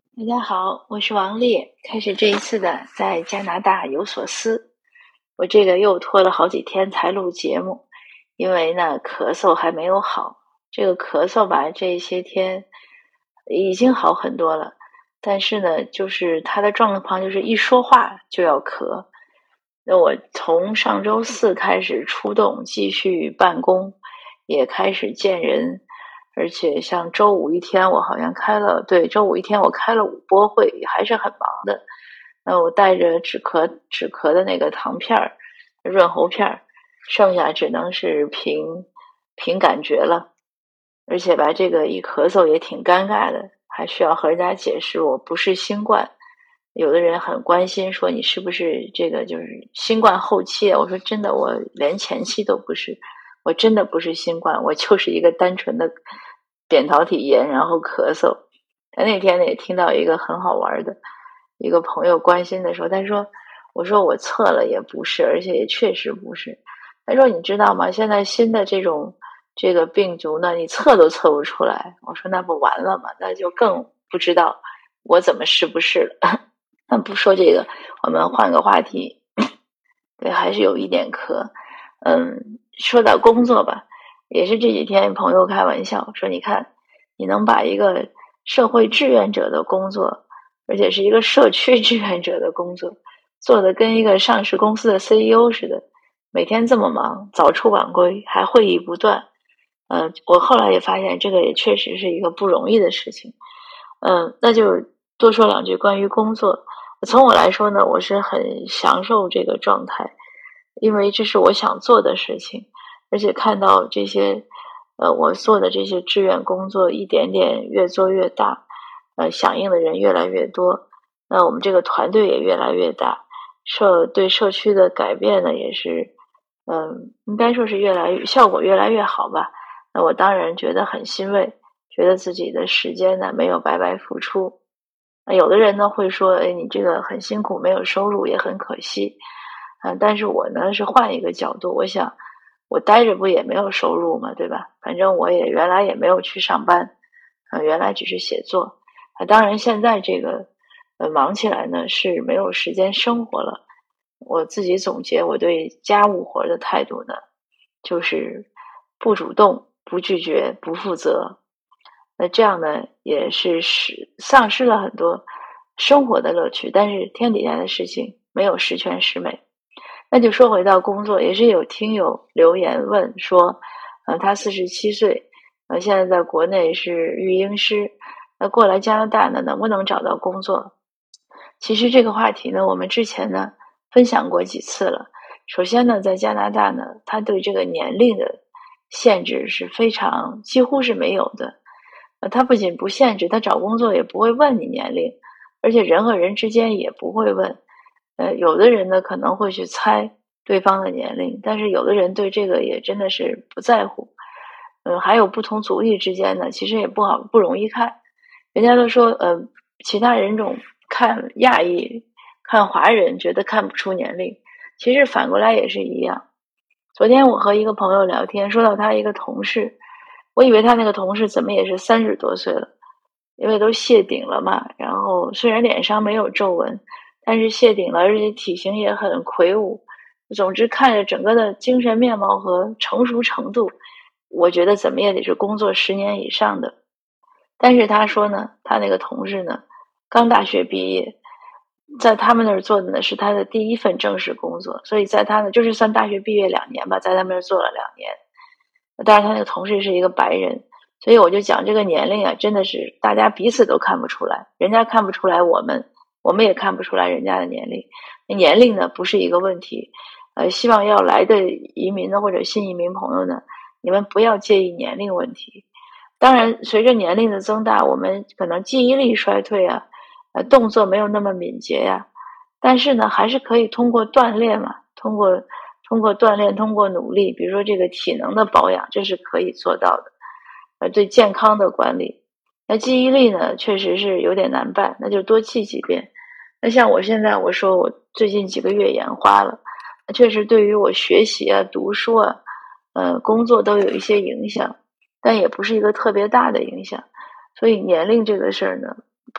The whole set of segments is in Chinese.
大家好，我是王丽。开始这一次的在加拿大有所思，我这个又拖了好几天才录节目，因为呢咳嗽还没有好。这个咳嗽吧，这些天已经好很多了，但是呢，就是他的状况就是一说话就要咳。那我从上周四开始出动，继续办公，也开始见人。而且像周五一天，我好像周五一天我开了5波会，还是很忙的。我带着止咳的那个糖片润喉片，剩下只能是凭感觉了。而且吧，这个一咳嗽也挺尴尬的，还需要和人家解释我不是新冠。有的人很关心，说你是不是这个就是新冠后期？我说真的，我连前期都不是，我真的不是新冠，我就是一个单纯的扁桃体炎，然后咳嗽。他那天呢也听到一个很好玩的，一个朋友关心的说，他说，我说我测了也不是，而且也确实不是。他说你知道吗？现在新的这个病毒呢，你测都测不出来。我说那不完了吗？那就更不知道我怎么是不是了。那不说这个，我们换个话题。对，还是有一点咳。说到工作吧，也是这几天朋友开玩笑说，你看，你能把一个社会志愿者的工作，而且是一个社区志愿者的工作，做的跟一个上市公司的 CEO 似的，每天这么忙，早出晚归，还会议不断。我后来也发现，这个也确实是一个不容易的事情。那就多说两句关于工作。从我来说呢，我是很享受这个状态，因为这是我想做的事情，而且看到这些，我做的这些志愿工作一点点越做越大，响应的人越来越多，那我们这个团队也越来越大，对社区的改变呢，也是，应该说是效果越来越好吧。那我当然觉得很欣慰，觉得自己的时间呢没有白白付出。那有的人呢会说，哎，你这个很辛苦，没有收入也很可惜。但是我呢是换一个角度，我想我待着不也没有收入嘛，对吧？反正我也原来也没有去上班，原来只是写作。当然现在这个忙起来呢是没有时间生活了。我自己总结我对家务活的态度呢，就是不主动、不拒绝、不负责。那这样呢，也是丧失了很多生活的乐趣。但是天底下的事情没有十全十美。那就说回到工作，也是有听友留言问说，他47岁，现在在国内是育婴师，那过来加拿大呢，能不能找到工作？其实这个话题呢，我们之前呢分享过几次了。首先呢，在加拿大呢，他对这个年龄的限制是几乎是没有的。他不仅不限制，他找工作也不会问你年龄，而且人和人之间也不会问。有的人呢可能会去猜对方的年龄，但是有的人对这个也真的是不在乎。还有不同族裔之间呢，其实也不容易看。人家都说，其他人种看亚裔、看华人，觉得看不出年龄，其实反过来也是一样。昨天我和一个朋友聊天，说到他一个同事，我以为他那个同事怎么也是30多岁了，因为都谢顶了嘛。然后虽然脸上没有皱纹，但是谢顶了，而且体型也很魁梧。总之，看着整个的精神面貌和成熟程度，我觉得怎么也得是工作10年以上的。但是他说呢，他那个同事呢，刚大学毕业，在他们那儿做的呢是他的第一份正式工作，所以在他呢就是算大学毕业2年吧，在他们那儿做了2年。当然，他那个同事是一个白人，所以我就讲这个年龄啊，真的是大家彼此都看不出来，人家看不出来我们也看不出来人家的年龄。年龄呢不是一个问题，希望要来的移民呢或者新移民朋友呢，你们不要介意年龄问题。当然，随着年龄的增大，我们可能记忆力衰退啊，动作没有那么敏捷呀，但是呢，还是可以通过锻炼嘛，通过锻炼，通过努力，比如说这个体能的保养，这是可以做到的。对健康的管理，那记忆力呢，确实是有点难办，那就多记几遍。那像我现在，我说我最近几个月眼花了，确实对于我学习啊、读书啊、工作都有一些影响。但也不是一个特别大的影响，所以年龄这个事儿呢，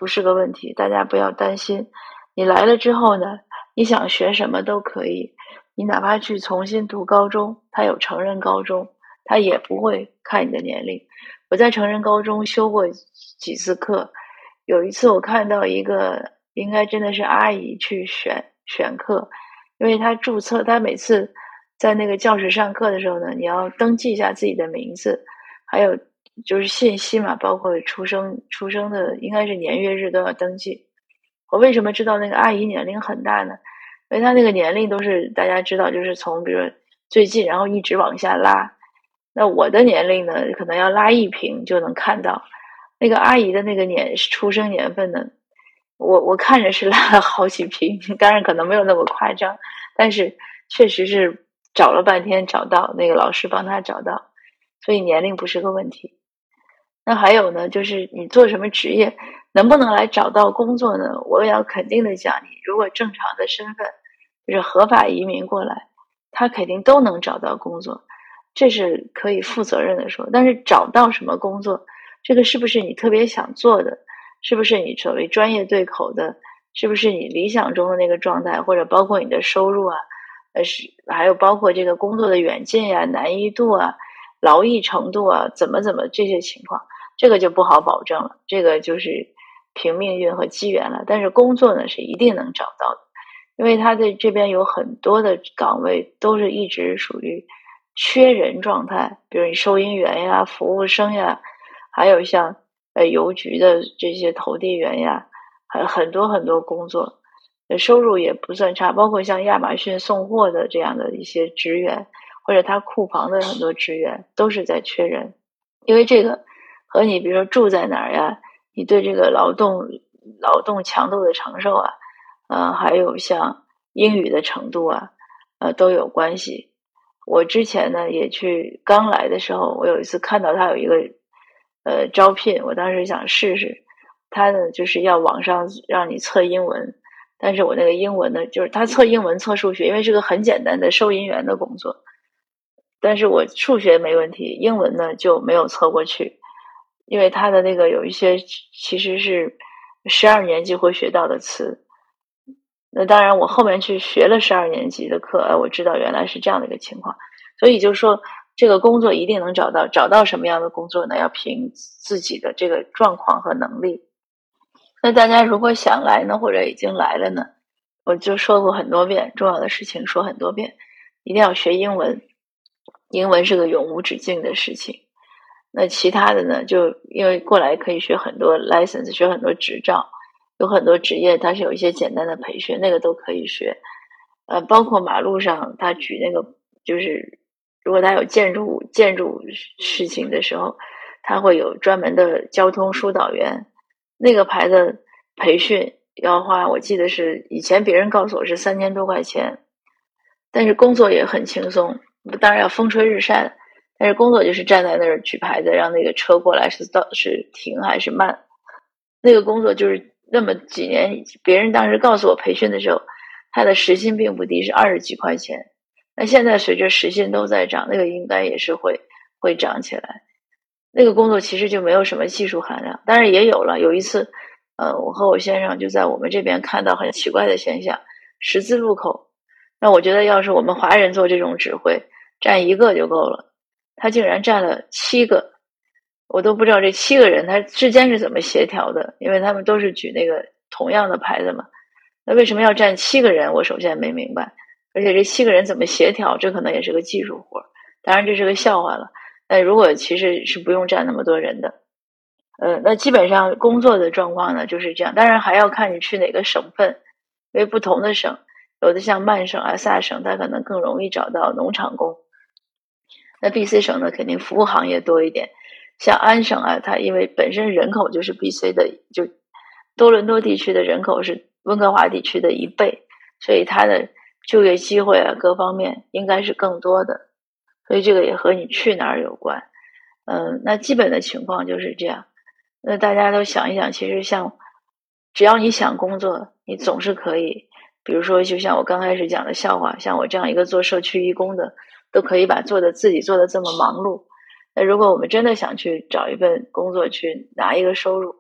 不是个问题，大家不要担心。你来了之后呢，你想学什么都可以，你哪怕去重新读高中，他有成人高中，他也不会看你的年龄。我在成人高中修过几次课，有一次我看到一个应该真的是阿姨去选课，因为她注册，她每次在那个教室上课的时候呢，你要登记一下自己的名字，还有就是信息嘛，包括出生的应该是年月日都要登记。我为什么知道那个阿姨年龄很大呢？因为她那个年龄都是大家知道，就是从比如说最近然后一直往下拉。那我的年龄呢，可能要拉一屏就能看到那个阿姨的那个出生年份呢。我看着是拉了好几屏，当然可能没有那么夸张，但是确实是找了半天找到，那个老师帮他找到，所以年龄不是个问题。那还有呢，就是你做什么职业，能不能来找到工作呢？我也要肯定的讲，你如果正常的身份，就是合法移民过来，他肯定都能找到工作，这是可以负责任的说。但是找到什么工作，这个是不是你特别想做的，是不是你所谓专业对口的，是不是你理想中的那个状态，或者包括你的收入啊，还有包括这个工作的远近呀、难易度啊、劳逸程度啊，怎么这些情况，这个就不好保证了，这个就是凭命运和机缘了。但是工作呢是一定能找到的，因为他在这边有很多的岗位都是一直属于缺人状态，比如你收银员呀、服务生呀，还有像邮局的这些投递员呀，还有很多很多工作，收入也不算差，包括像亚马逊送货的这样的一些职员，或者他库房的很多职员都是在缺人。因为这个和你比如说住在哪儿呀，你对这个劳动强度的承受啊，还有像英语的程度啊，都有关系。我之前呢也去刚来的时候，我有一次看到他有一个招聘，我当时想试试，他呢就是要网上让你测英文，但是我那个英文呢，就是他测英文测数学，因为是个很简单的收银员的工作，但是我数学没问题，英文呢就没有测过去，因为他的那个有一些其实是12年级会学到的词。那当然我后面去学了12年级的课，我知道原来是这样的一个情况。所以就说这个工作一定能找到什么样的工作呢，要凭自己的这个状况和能力。那大家如果想来呢，或者已经来了呢，我就说过很多遍，重要的事情说很多遍，一定要学英文，英文是个永无止境的事情。那其他的呢，就因为过来可以学很多 license， 学很多执照，有很多职业它是有一些简单的培训，那个都可以学。包括马路上他举那个，就是如果他有建筑事情的时候，他会有专门的交通疏导员，那个牌子培训要花，我记得是以前别人告诉我是3000多块钱，但是工作也很轻松，当然要风吹日晒，但是工作就是站在那儿举牌子，让那个车过来是停还是慢。那个工作就是那么几年，别人当时告诉我培训的时候，他的时薪并不低，是20几块钱。那现在随着时薪都在涨，那个应该也是会涨起来。那个工作其实就没有什么技术含量，当然也有了。有一次，我和我先生就在我们这边看到很奇怪的现象，十字路口。那我觉得要是我们华人做这种指挥，站一个就够了，他竟然站了7个，我都不知道这7个人他之间是怎么协调的，因为他们都是举那个同样的牌子嘛。那为什么要站7个人？我首先没明白，而且这7个人怎么协调，这可能也是个技术活，当然这是个笑话了。那如果其实是不用站那么多人的，那基本上工作的状况呢就是这样。当然还要看你去哪个省份，因为不同的省，有的像曼省啊、萨省，它可能更容易找到农场工。那 BC 省呢，肯定服务行业多一点。像安省啊，它因为本身人口就是 BC 的，就多伦多地区的人口是温哥华地区的1倍，所以它的就业机会啊各方面应该是更多的。所以这个也和你去哪儿有关。那基本的情况就是这样。那大家都想一想，其实像只要你想工作，你总是可以。比如说，就像我刚开始讲的笑话，像我这样一个做社区义工的，都可以把自己做的这么忙碌。那如果我们真的想去找一份工作去拿一个收入，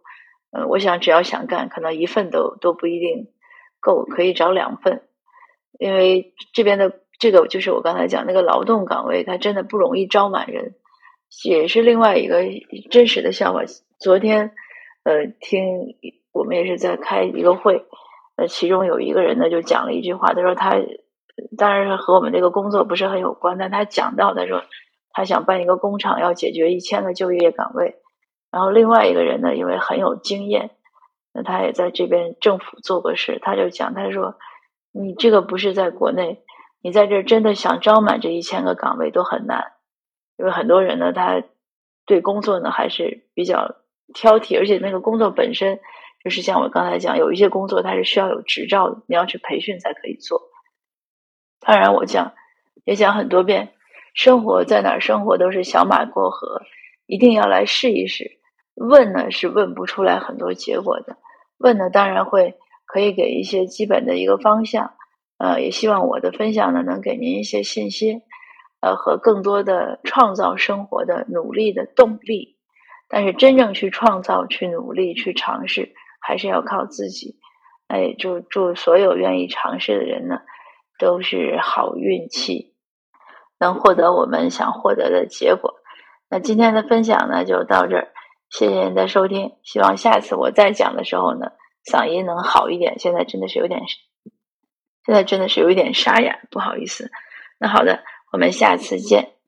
我想只要想干，可能1份都不一定够，可以找2份。因为这边的这个就是我刚才讲那个劳动岗位，它真的不容易招满人，也是另外一个真实的笑话。昨天听我们也是在开一个会，其中有一个人呢就讲了一句话，他说他当然是和我们这个工作不是很有关，但他讲到他说他想办一个工厂，要解决1000个就业岗位。然后另外一个人呢，因为很有经验，那他也在这边政府做过事，他就讲，他说你这个不是在国内，你在这真的想招满这1000个岗位都很难，因为很多人呢，他对工作呢还是比较挑剔，而且那个工作本身就是像我刚才讲，有一些工作它是需要有执照的，你要去培训才可以做。当然我也讲很多遍，生活在哪儿生活都是小马过河，一定要来试一试。问呢是问不出来很多结果的，问呢当然可以给一些基本的一个方向，也希望我的分享呢能给您一些信息，和更多的创造生活的努力的动力。但是真正去创造、去努力、去尝试，还是要靠自己。那也祝所有愿意尝试的人呢，都是好运气，能获得我们想获得的结果。那今天的分享呢就到这儿，谢谢您的收听，希望下次我再讲的时候呢，嗓音能好一点，现在真的是有一点沙哑，不好意思。那好的，我们下次见。